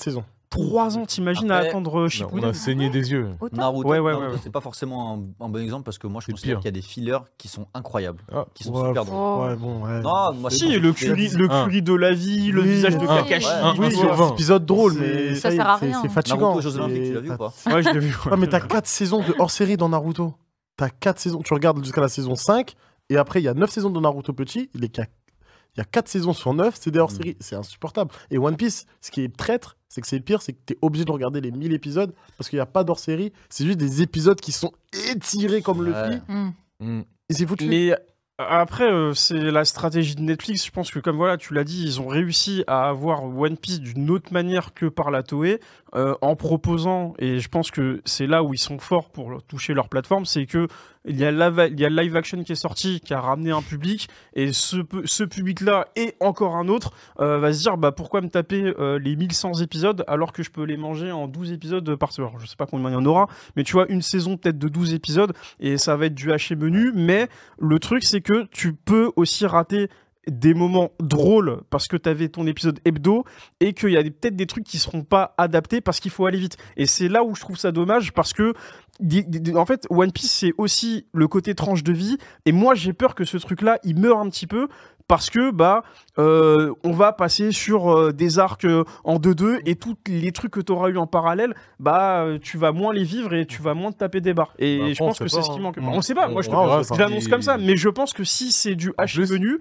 trois ans, t'imagines, à Après, attendre euh, Non, on Shippuden a saigné des yeux. Autant. Naruto, Ouais, ouais, Naruto, ouais. c'est pas forcément un, un bon exemple parce que moi je C'est le considère pire. qu'il y a des fillers qui sont incroyables, Ah, qui sont Ouais, super drôles. Oh. Ouais, bon, ouais. Non, moi, Si, je le pense que- curry, le Un. curry de la vie, le Oui, visage de un. Kakashi. Ouais, un, Oui, un c'est sur un vingt. épisode drôle, C'est- mais Ça y est, sert à c'est- rien. C'est fatigant. Naruto aux Jeux c'est- Olympiques, tu l'as vu t'as- ou pas Ouais, je l'ai vu. Ouais, mais t'as quatre saisons de hors-série dans Naruto. T'as quatre saisons. Tu regardes jusqu'à la saison cinq, et après, il y a neuf saisons de Naruto petit. Il est qu'à- il y a quatre saisons sur neuf, c'est des hors-série. C'est insupportable. Et One Piece, ce qui est traître, c'est que c'est pire, c'est que t'es obligé de regarder les mille épisodes parce qu'il n'y a pas d'hors-série. C'est juste des épisodes qui sont étirés comme le Ouais. fil. Hmm. Mm. Et c'est foutu. Mais après, euh, c'est la stratégie de Netflix. Je pense que, comme voilà, tu l'as dit, ils ont réussi à avoir One Piece d'une autre manière que par la Toei, euh, en proposant, et je pense que c'est là où ils sont forts pour toucher leur plateforme, c'est que il y a la- il y a le live action qui est sorti, qui a ramené un public, et ce, pe- ce public-là et encore un autre euh, va se dire, bah pourquoi me taper euh, les mille cent épisodes alors que je peux les manger en douze épisodes par semaine. Je sais pas combien il y en aura, mais tu vois, une saison peut-être de douze épisodes, et ça va être du haché menu, mais le truc c'est que tu peux aussi rater des moments drôles parce que tu avais ton épisode hebdo et qu'il y a des- peut-être des trucs qui seront pas adaptés parce qu'il faut aller vite. Et c'est là où je trouve ça dommage parce que di- di- en fait One Piece c'est aussi le côté tranche de vie, et moi j'ai peur que ce truc-là il meure un petit peu parce que bah euh, on va passer sur euh, des arcs euh, en deux deux, et tous les trucs que tu auras eu en parallèle, bah euh, tu vas moins les vivre et tu vas moins te taper des barres. Et Bah, après, je on pense sait que c'est pas, ce qui hein. manque. Mm. On sait pas, moi je, te- On verra, je ça. l'annonce Et- comme ça, mais je pense que si c'est du En haché plus- menu,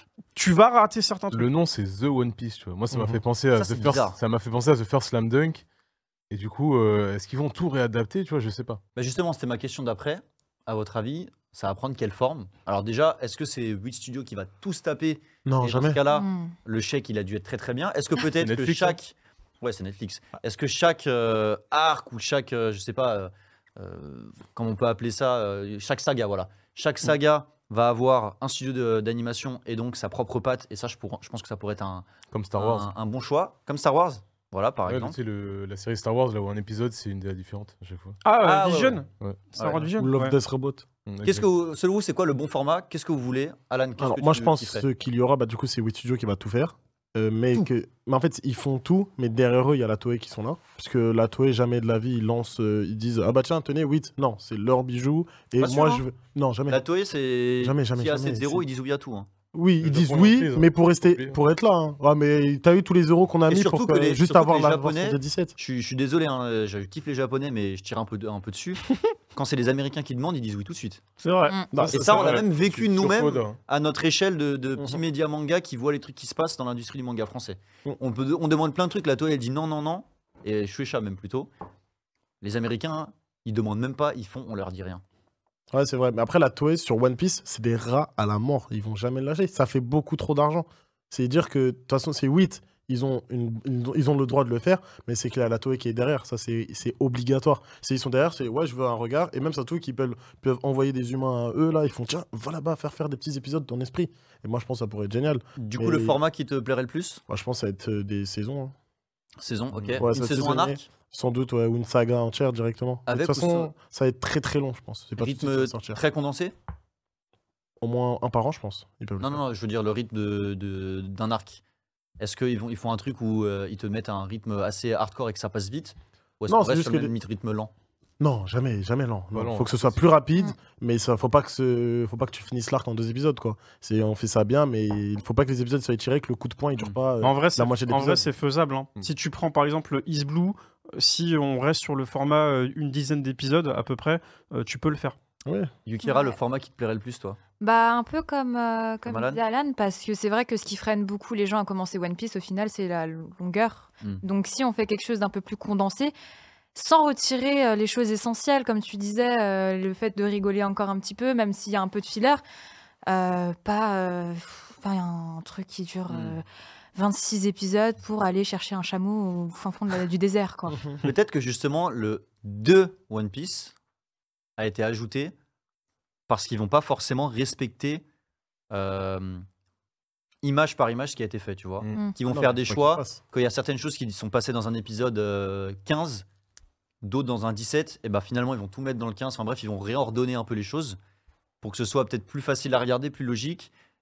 tu vas rater certains trucs. Le nom c'est The One Piece, tu vois. Moi ça m'a Mhm. fait penser à Ça, The c'est First, bizarre. ça m'a fait penser à The First Slam Dunk. Et du coup, euh, est-ce qu'ils vont tout réadapter, tu vois, je sais pas. Bah justement, c'était ma question d'après. À votre avis, ça va prendre quelle forme? Alors déjà, est-ce que c'est huit studios qui va tous taper? Non, Et dans jamais. ce cas-là, Hmm. le chèque, il a dû être très très bien. Est-ce que peut-être que Netflix, hein. chaque... Ouais, c'est Netflix. Est-ce que chaque euh, arc ou chaque, euh, je sais pas, euh, euh, comment on peut appeler ça, euh, chaque saga, voilà. Chaque saga va avoir un studio de- d'animation et donc sa propre patte. Et ça, je, pourrais- je pense que ça pourrait être un, Comme Star Wars. un, un bon choix. Comme Star Wars, voilà, par Ouais, exemple. tu sais, le- la série Star Wars, là où un épisode c'est une D A différente à chaque fois. Ah, euh, Ah, ouais, Vision ouais. Star Ouais. Wars Vision Ou Love, ouais. Death, Robot. Mm, Qu'est-ce exact. que vous, selon vous, c'est quoi le bon format? Qu'est-ce que vous voulez, Alan? qu'est-ce Alors, que moi, tu je pense kifferais ce qu'il y aura, bah, du coup, c'est huit Studios qui va tout faire. Euh, mais, Tout. que... mais en fait, ils font tout, mais derrière eux, il y a la Toei qui sont là. Puisque la Toei, jamais de la vie, ils lancent, euh, ils disent ah bah tiens, tenez, huit. Non, c'est leur bijou. Et Pas moi, sûr, je veux. Non, jamais. La Toei, c'est. Jamais, jamais, S'il y a jamais, sept zéro, c'est- ils disent oui à tout. hein. Oui, Le ils disent Japon, oui, l'emprise, mais pour rester, oublié. pour être là. Hein. Ah, mais t'as eu tous les euros qu'on a Et mis surtout pour que que- les- juste surtout que avoir les la Japonais- version de dix-sept. Je suis, je suis désolé, hein, euh, je kiffe les Japonais, mais je tire un peu, de- un peu dessus. Quand c'est les Américains qui demandent, ils disent oui tout de suite. C'est vrai. Mm. Non, Et c'est ça, on a vrai. même vécu Sur nous-mêmes Code, hein. à notre échelle de, de petits Mhm. médias manga qui voient les trucs qui se passent dans l'industrie du manga français. Mhm. On, peut, on demande plein de trucs, la Toei elle dit non, non, non, et Shueisha même plutôt. Les Américains, ils demandent même pas, ils font, on leur dit rien. Ouais, c'est vrai. Mais après, la Toei sur One Piece, c'est des rats à la mort. Ils vont jamais le lâcher. Ça fait beaucoup trop d'argent. C'est dire que, de toute façon, c'est huit. Ils ont, une, une- ils ont le droit de le faire, mais c'est que la, la Toei qui est derrière. Ça, c'est c'est obligatoire. C'est- Ils sont derrière, c'est ouais, je veux un regard. Et même ça, tout, qu'ils peuvent, peuvent envoyer des humains à eux, là. Ils font tiens, va là-bas, faire faire des petits épisodes dans l'esprit. Et moi, je pense que ça pourrait être génial. Du Mais- coup, le format qui te plairait le plus? Moi, je pense que ça va être euh, des saisons. hein. Saison, ok. Ouais, ça Une va être saison, un saisonnier. arc? Sans doute, ouais, ou une saga entière directement. Avec de toute ou façon, ça va être très très long, je pense. C'est pas tout de suite que ça va Rythme sortir. très condensé? Au moins un par an, je pense. Ils peuvent le Non, faire. non, non, je veux dire le rythme de- de- d'un arc. Est-ce qu'ils vont, ils font un truc où euh, ils te mettent un rythme assez hardcore et que ça passe vite? Ou est-ce Non, qu'on c'est reste juste sur le que même rythme lent? Non, jamais, jamais lent. Bah Il non, faut que ce c'est soit possible. plus rapide, Mm. mais ça, faut pas que ce, faut pas que tu finisses l'arc en deux épisodes, quoi. C'est, on fait ça bien, mais il faut pas que les épisodes soient étirés, que le coup de poing il dure Mm. pas. euh, En vrai, c'est moitié en vrai, d'épisodes. c'est faisable. hein. Mm. Si tu prends par exemple Is Blue, euh, si on reste sur le format euh, une dizaine d'épisodes à peu près, euh, tu peux le faire. Ouais. Yukira, Ouais. le format qui te plairait le plus, toi? Bah, un peu comme, euh, comme Comme Alan disait Alan, parce que c'est vrai que ce qui freine beaucoup les gens à commencer One Piece, au final, c'est la longueur. Mm. Donc, si on fait quelque chose d'un peu plus condensé, sans retirer euh, les choses essentielles, comme tu disais, euh, le fait de rigoler encore un petit peu, même s'il y a un peu de filler, euh, pas euh, enfin, un truc qui dure Mm. euh, vingt-six épisodes pour aller chercher un chameau au fin fond de la- du désert, quoi. Peut-être que justement le de One Piece a été ajouté parce qu'ils vont pas forcément respecter euh, image par image ce qui a été fait, tu vois. Mm. Qui vont Non, faire mais des faut qu'il choix, fasse. quand il y a certaines choses qui sont passées dans un épisode euh, quinze, d'autres dans un dix-sept, et bah finalement ils vont tout mettre dans le quinze. Enfin bref, ils vont réordonner un peu les choses pour que ce soit peut-être plus facile à regarder, plus logique,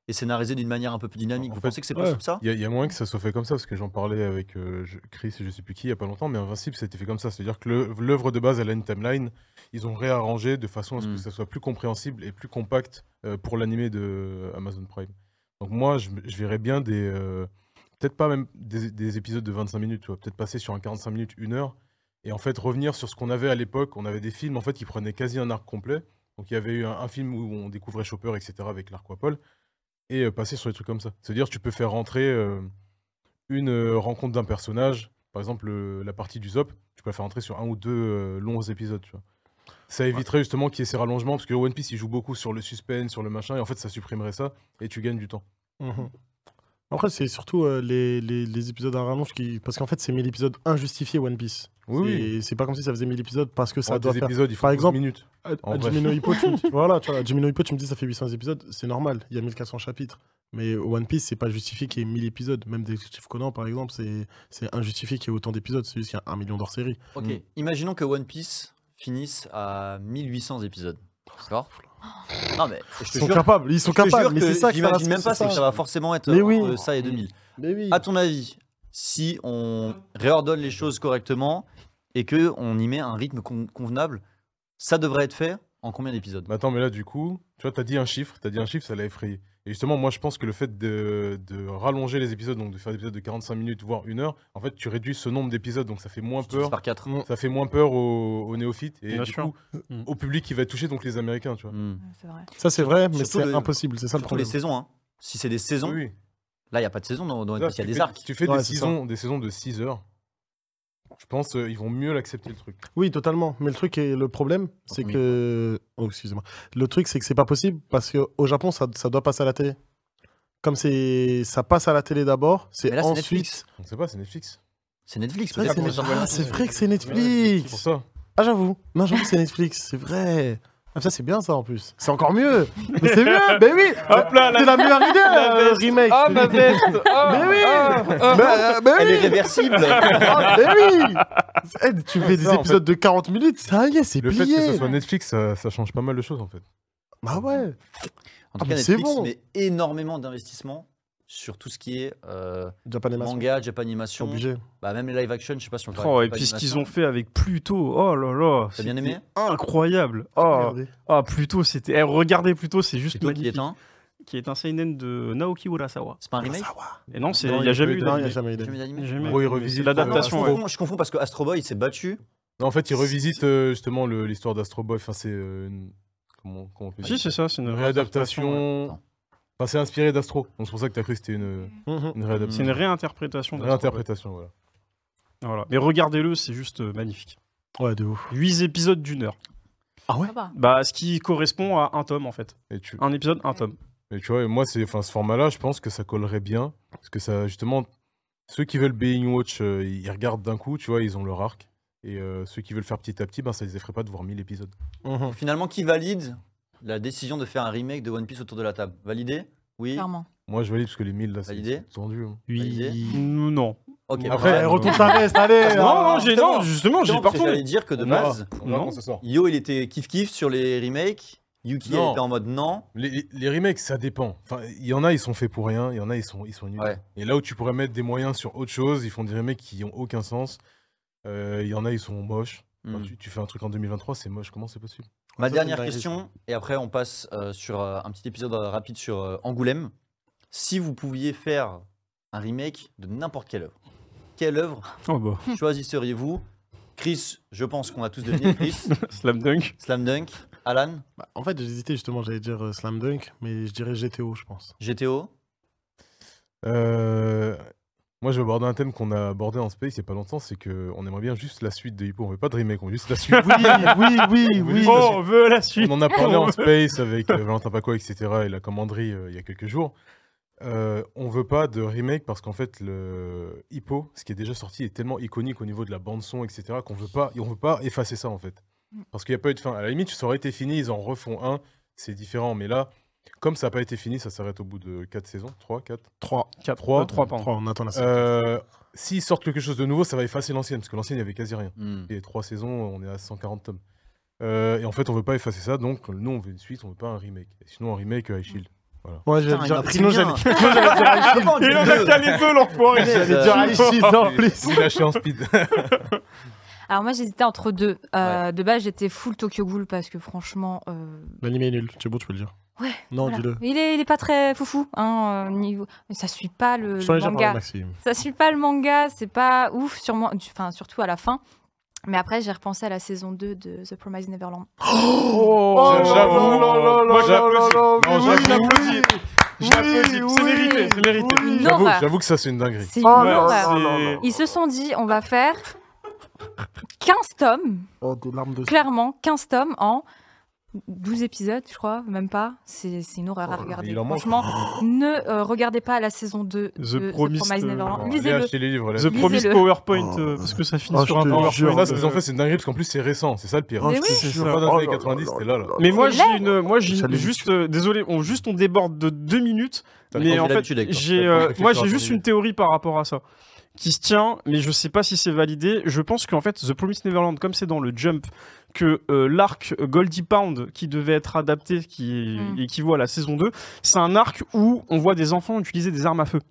et scénarisé d'une manière un peu plus dynamique. En Vous fait, pensez que c'est ouais. possible ça? Il y, a- il y a moyen que ça soit fait comme ça, parce que j'en parlais avec euh, je- Chris et je sais plus qui il y a pas longtemps, mais Invincible, ça a été fait comme ça. C'est-à-dire que le- l'œuvre de base, elle a une timeline, ils ont réarrangé de façon à ce Mm. que ça soit plus compréhensible et plus compact euh, pour l'animé de Amazon Prime. Donc moi, je, je verrais bien des... euh, peut-être pas même des, des épisodes de vingt-cinq minutes, tu vois, peut-être passer sur un quarante-cinq minutes, une heure, et en fait revenir sur ce qu'on avait à l'époque. On avait des films, en fait, qui prenaient quasi un arc complet. Donc il y avait eu un, un film où on découvrait Chopper, et cetera, avec l'Arquapole, et euh, passer sur des trucs comme ça. C'est-à-dire tu peux faire rentrer euh, une euh, rencontre d'un personnage, par exemple le- la partie du Zop, tu peux la faire rentrer sur un ou deux euh, longs épisodes, tu vois. Ça éviterait justement qu'il y ait ces rallongements, parce que One Piece, il joue beaucoup sur le suspense, sur le machin, et en fait, ça supprimerait ça, et tu gagnes du temps. Mhm. Après, c'est surtout euh, les, les, les épisodes à rallonge qui. Parce qu'en fait, c'est mille épisodes injustifiés One Piece. Oui, C'est- oui. C'est pas comme si ça faisait mille épisodes parce que ça Ça doit des faire. épisodes, il faut Par douze exemple, minutes. À, en à vrai. Jimmy no Hippo, tu me dis, voilà, tu vois, à Jimmy no Hippo, tu me dis ça fait huit cents épisodes, c'est normal, il y a mille quatre cents chapitres. Mais One Piece, c'est pas justifié qu'il y ait mille épisodes. Même Detective Conan, par exemple, c'est c'est injustifié qu'il y ait autant d'épisodes. C'est juste qu'il y a un million d'hors série. Ok, Mm. imaginons que One Piece finisse à mille huit cents épisodes. D'accord? Non mais je te Ils sont jure, capables, ils sont je te capables, jure mais que c'est ça que ça va- j'imagine même c'est pas, c'est que ça va forcément être Mais oui. entre ça et deux mille. Mais oui. À ton avis, si on réordonne les choses correctement et que on y met un rythme con- convenable, ça devrait être fait en combien d'épisodes? Mais attends, mais là, du coup, tu vois, t'as dit un chiffre, t'as dit un chiffre, ça l'a effrayé. Et justement, moi, je pense que le fait de, de rallonger les épisodes, donc de faire des épisodes de quarante-cinq minutes, voire une heure, en fait, tu réduis ce nombre d'épisodes, donc ça fait moins Je divise peur. par quatre. Ça fait moins peur aux, aux néophytes et Bien du sûr. coup, Mm. au public qui va être touché, donc les Américains, tu vois. Hmm. Ouais, c'est vrai. Ça, c'est vrai, mais Surtout c'est le- impossible, c'est ça le Surtout les problème. saisons. Hein. Si c'est des saisons, Oui, oui. là il n'y a pas de saison dans, dans One Là, Piece, il y a tu des fais- arcs. Tu fais Ouais, des, c'est saisons, des saisons de six heures. Je pense qu'ils vont mieux l'accepter, le truc. Oui, totalement. Mais le truc et le problème, c'est combien que. Oh, excusez-moi. Le truc, c'est que c'est pas possible parce qu'au Japon, ça, ça doit passer à la télé. Comme c'est, ça passe à la télé d'abord, c'est Mais là c'est ensuite. Netflix. On sait pas, c'est Netflix. C'est Netflix, C'est vrai, peut-être. c'est qu'on Netflix. va Ah, sortir- c'est vrai que c'est C'est pour Netflix. ça. Ah, j'avoue. Non, j'avoue, c'est Netflix. C'est vrai. Ah, ça, c'est bien ça en plus. C'est encore mieux. Mais c'est mieux. Mais oui. Hop là, C'est la meilleure idée, la euh, veste. remake. Ah, ma veste. Ah, Mais oui. ah, ah. Mais, euh, mais Elle est oui. réversible. Ah, mais oui. Eh, tu fais des ça, en épisodes de quarante minutes, ça y est, c'est Le fait que ce plié. soit Netflix, ça, ça change pas mal de choses, en fait. Bah ouais. En tout Ah, cas, mais c'est Netflix bon. met énormément d'investissement sur tout ce qui est euh, Japan Animation. manga, C'est Japanimation, obligé. bah, même les live action, je sais pas si on peut Oh, parler et de puis ce qu'ils Japanimation. ont fait avec Pluto, oh là là, T'as bien c'était aimé incroyable. Oh, Regardez. ah, Pluto, c'était. Eh, regardez Pluto, c'est juste Plutôt qui magnifique. est un. Qui est un seinen de Naoki Urasawa. C'est pas un remake? Urasawa. Et non, c'est Non, il il n'y y a a jamais pas eu eu Non, il n'y a d'anime. jamais eu Jamais d'anime. d'animé? Jamais. Gros, il Mais revisite, c'est euh, Ah non, je l'adaptation. Astro- confonds, je confonds parce que Astro Boy il s'est battu. Non, en fait, il revisite euh, justement le- l'histoire d'Astro Boy. Enfin, c'est euh, une... comment, comment on peut dire Si, c'est ça, c'est une une réadaptation. ouais. réadaptation. Enfin, c'est inspiré d'Astro. Donc c'est pour ça que t'as cru que c'était une, Mhm. une réadaptation. C'est une réinterprétation. Une d'Astro Boy. réinterprétation, voilà. Voilà. Mais regardez-le, c'est juste euh, magnifique. Ouais, de ouf. huit épisodes d'une heure. Ah ouais Ça va. Bah, ce qui correspond à un tome en fait. Et tu, Un épisode, un tome. et tu vois, et moi, c'est, enfin, ce format-là, je pense que ça collerait bien. Parce que ça, justement, ceux qui veulent Being Watch, euh, ils regardent d'un coup, tu vois, ils ont leur arc. Et euh, ceux qui veulent faire petit à petit, ben, ça les effraie pas de voir mille épisodes. Mhm. Finalement, qui valide la décision de faire un remake de One Piece autour de la table? Validé? Oui. Clairement. Moi, je valide parce que les mille, là, c'est Validé c'est tendu. hein. Validé. Oui. Mm, Non. Ok. Après, bah, Allez, euh, retourne ta veste, allez. non, ah. non, j'ai, non, justement, j'ai non, pas parce que retourné. j'allais dire que de On verra. base, On verra Non. quand ça sort. Yo il était kiff kiff sur les remakes. Yuki Non. était en mode non. Les, les- les remakes, ça dépend. Enfin, il y en a, ils sont faits pour rien. Il y en a, ils sont, ils sont nuls. Ouais. Et là où tu pourrais mettre des moyens sur autre chose, ils font des remakes qui ont aucun sens. Euh, Il y en a, ils sont moches. Enfin, Hmm. tu, tu fais un truc en deux mille vingt-trois, c'est moche. Comment c'est possible? Ma Ça, c'est dernière une dinguerie, question, et après on passe euh, sur euh, un petit épisode euh, rapide sur euh, Angoulême. Si vous pouviez faire un remake de n'importe quelle œuvre, quelle œuvre Oh bah, choisisseriez-vous? Chris, je pense qu'on a tous deviné Chris. Slam Dunk. Slam Dunk. Alan, Bah, en fait, j'hésitais justement, j'allais dire euh, Slam Dunk, mais je dirais G T O, je pense. G T O. Euh, Moi, je vais aborder un thème qu'on a abordé en Space il n'y a pas longtemps, c'est qu'on aimerait bien juste la suite de Hippo. On veut pas de remake, on veut juste la suite. Oui, oui, oui, oui. Oh, on veut la suite. On en a parlé en Space avec euh, Valentin Paco, et cetera et la commanderie euh, il y a quelques jours. Euh, on veut pas de remake parce qu'en fait, le Hippo, ce qui est déjà sorti, est tellement iconique au niveau de la bande-son, et cetera qu'on veut pas, et on veut pas effacer ça en fait. Parce qu'il n'y a pas eu de fin. À la limite, ça aurait été fini, ils en refont un, c'est différent. Mais là, comme ça n'a pas été fini, ça s'arrête au bout de quatre saisons, trois, quatre. trois. Quatre, Trois. euh, trois, pardon. trois, on attend la suite. Euh, S'ils sortent quelque chose de nouveau, ça va effacer l'ancienne, parce que l'ancienne, il n'y avait quasi rien. Hmm. Et trois saisons, on est à cent quarante tomes. Euh, et en fait, on veut pas effacer ça, donc nous, on veut une suite, on veut pas un remake. Et sinon, un remake, euh, High Shield. Ouais, Putain, j'allais il dire. m'a pris Sinon, bien. j'allais sinon, j'allais dire Aïchid. Comment Il en a calé deux, l'enfoiré. J'allais dire Aïchid en plus. Il lâché en speed. Alors moi j'hésitais entre deux. Euh, De base j'étais full Tokyo Ghoul parce que franchement, euh, L'anime est nul, c'est beau, tu peux le dire. ouais. Non, voilà. dis-le. Il est, il est pas très foufou, hein, euh, niveau. Mais ça suit pas le, Je t'en ai le déjà parlé, manga. Maxime. Ça suit pas le manga, c'est pas ouf, sûrement, enfin surtout à la fin. Mais après j'ai repensé à la saison deux de The Promised Neverland. Oh, J'avoue. Moi, j'applaudis. Non, Oui, j'avoue. j'applaudis. J'applaudis. C'est mérité, c'est mérité. Une J'avoue, horreur. j'avoue que ça, c'est une dinguerie. C'est une Oh, Ouais, horreur. c'est- Ils se sont dit on va faire quinze tomes, Oh, des larmes de sang. clairement quinze tomes en douze épisodes, je crois, même pas. C'est c'est une horreur à Oh, regarder. il en manque. Franchement, ne euh, regardez pas la saison deux The de Promised, The Promised euh, Neverland. Bon, allez Lisez-le. acheter les livres. là. The Lisez-le. Promised PowerPoint, euh, parce que ça finit Oh, sur je un te PowerPoint. jure. Non, c'est- en fait, c'est une dinguerie parce qu'en plus, c'est récent. C'est ça le pire. Oh, Mais je oui. te C'est jure. ça. Pas dans Oh les années là quatre-vingt-dix, là c'était là. là. Mais moi C'est j'ai laid. une, moi j'ai J'allais juste, euh, désolé, on juste on déborde de deux minutes, T'as mais changé en fait l'habitude avec toi. j'ai, T'as euh, changé moi sur j'ai la juste télé. une théorie par rapport à ça, qui se tient, mais je sais pas si c'est validé. Je pense qu'en fait The Promised Neverland, comme c'est dans le Jump, que euh, l'arc Goldie Pound qui devait être adapté, qui Mm. équivaut à la saison deux, c'est un arc où on voit des enfants utiliser des armes à feu.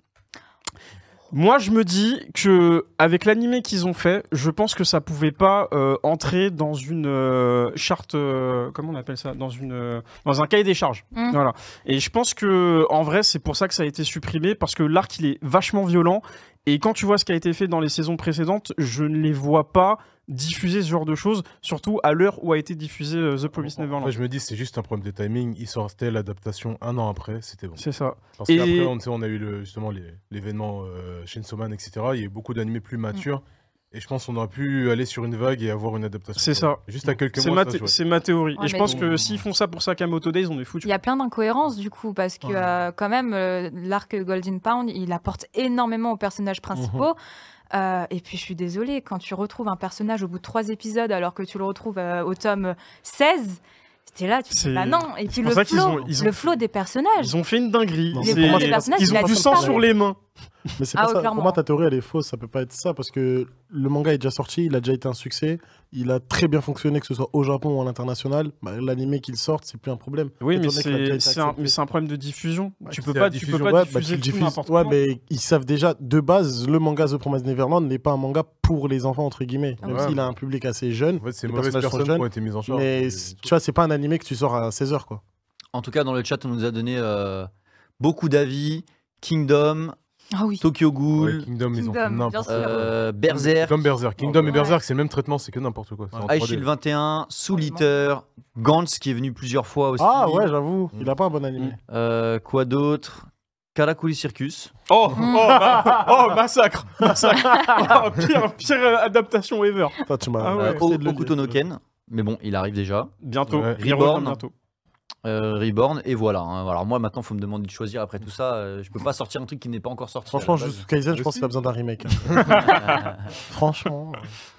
Moi, je me dis que avec l'animé qu'ils ont fait, je pense que ça pouvait pas euh, entrer dans une euh, charte, euh, comment on appelle ça, dans une, euh, dans un cahier des charges. Mm. Voilà. Et je pense que en vrai, c'est pour ça que ça a été supprimé, parce que l'arc il est vachement violent. Et quand tu vois ce qui a été fait dans les saisons précédentes, je ne les vois pas diffuser ce genre de choses, surtout à l'heure où a été diffusé euh, The Promised Neverland. Après, je me dis, c'est juste un problème de timing. Ils sortaient l'adaptation un an après, c'était bon. C'est ça. Parce Et- qu'après, on, tu sais, on a eu le- justement les- l'événement euh, Chainsaw Man, et cetera. Il y a eu beaucoup d'animés plus matures. Et je pense qu'on aurait pu aller sur une vague et avoir une adaptation. C'est ça. Juste à quelques C'est mois. ma, ça, thé- je vois. c'est ma théorie. Ouais, Et je mais- pense que s'ils font ça pour Sakamoto Days, on est foutu. Il y a plein d'incohérences du coup, parce que Ouais. euh, quand même, euh, l'arc Golden Pound, il apporte énormément aux personnages principaux. Euh, et puis je suis désolée, quand tu retrouves un personnage au bout de trois épisodes, alors que tu le retrouves euh, au tome seize, c'était là, tu te C'est- dis bah non. Et c'est puis pour le ça qu'ils flow, ont- ils ont- le flow des personnages. Ils ont fait une dinguerie. Non, Les C'est- pour moi, des personnages, Ils il ont a du sang disparu. sur les mains. Mais c'est Ah pas ouais, ça. clairement. Pour moi, ta théorie, elle est fausse. Ça peut pas être ça parce que le manga est déjà sorti, il a déjà été un succès, il a très bien fonctionné, que ce soit au Japon ou à l'international. Bah, L'animé qu'il sorte, c'est plus un problème. Oui, mais Étant donné qu'il a déjà c'est été c'est un, accepté. mais c'est un problème de diffusion. Ouais, tu c'est peux la pas, tu peux diffusion. pas Ouais, bah, diffuser tu le tout diffuses. n'importe Ouais, comment. mais ils savent déjà, de base, le manga The Promised Neverland n'est pas un manga pour les enfants, entre guillemets. Même Ouais. s'il a un public assez jeune. En fait, c'est Les mauvaises personnages sont personnes qui jeunes, ont été mises en charge. Mais Et- c- tu vois, c'est pas un animé que tu sors à seize heures, quoi. En tout cas, dans le chat, on nous a donné euh, beaucoup d'avis. Kingdom, Ah oui. Tokyo Ouais, Ghoul, Kingdom, ils ont fait Kingdom, bien n'importe sûr. quoi. euh, Berserk, Comme Berserk. Kingdom et Ouais. Berserk, c'est le même traitement, c'est que n'importe quoi. C'est en High trois D. Shield vingt et un, Soul Eater, Gantz qui est venu plusieurs fois aussi. Ah ouais, j'avoue, Mm. il a pas un bon animé. Euh, quoi d'autre? Karakuri Circus. Oh, Mm. oh, ma- oh, massacre, massacre. Oh, pire, pire euh, adaptation ever. Toi, tu m'as Ah ouais. Euh, refusé O- de le Okuto dire. no Ken. Mais bon, il arrive déjà. Bientôt. Ouais. Il revient Reborn. bientôt. Euh, Reborn, et voilà. hein. Alors moi, maintenant, il faut me demander de choisir après tout ça. euh, je peux pas sortir un truc qui n'est pas encore sorti. Franchement, à la base. Jujutsu Kaisen, je pense Aussi. qu'il a besoin d'un remake. hein. Franchement.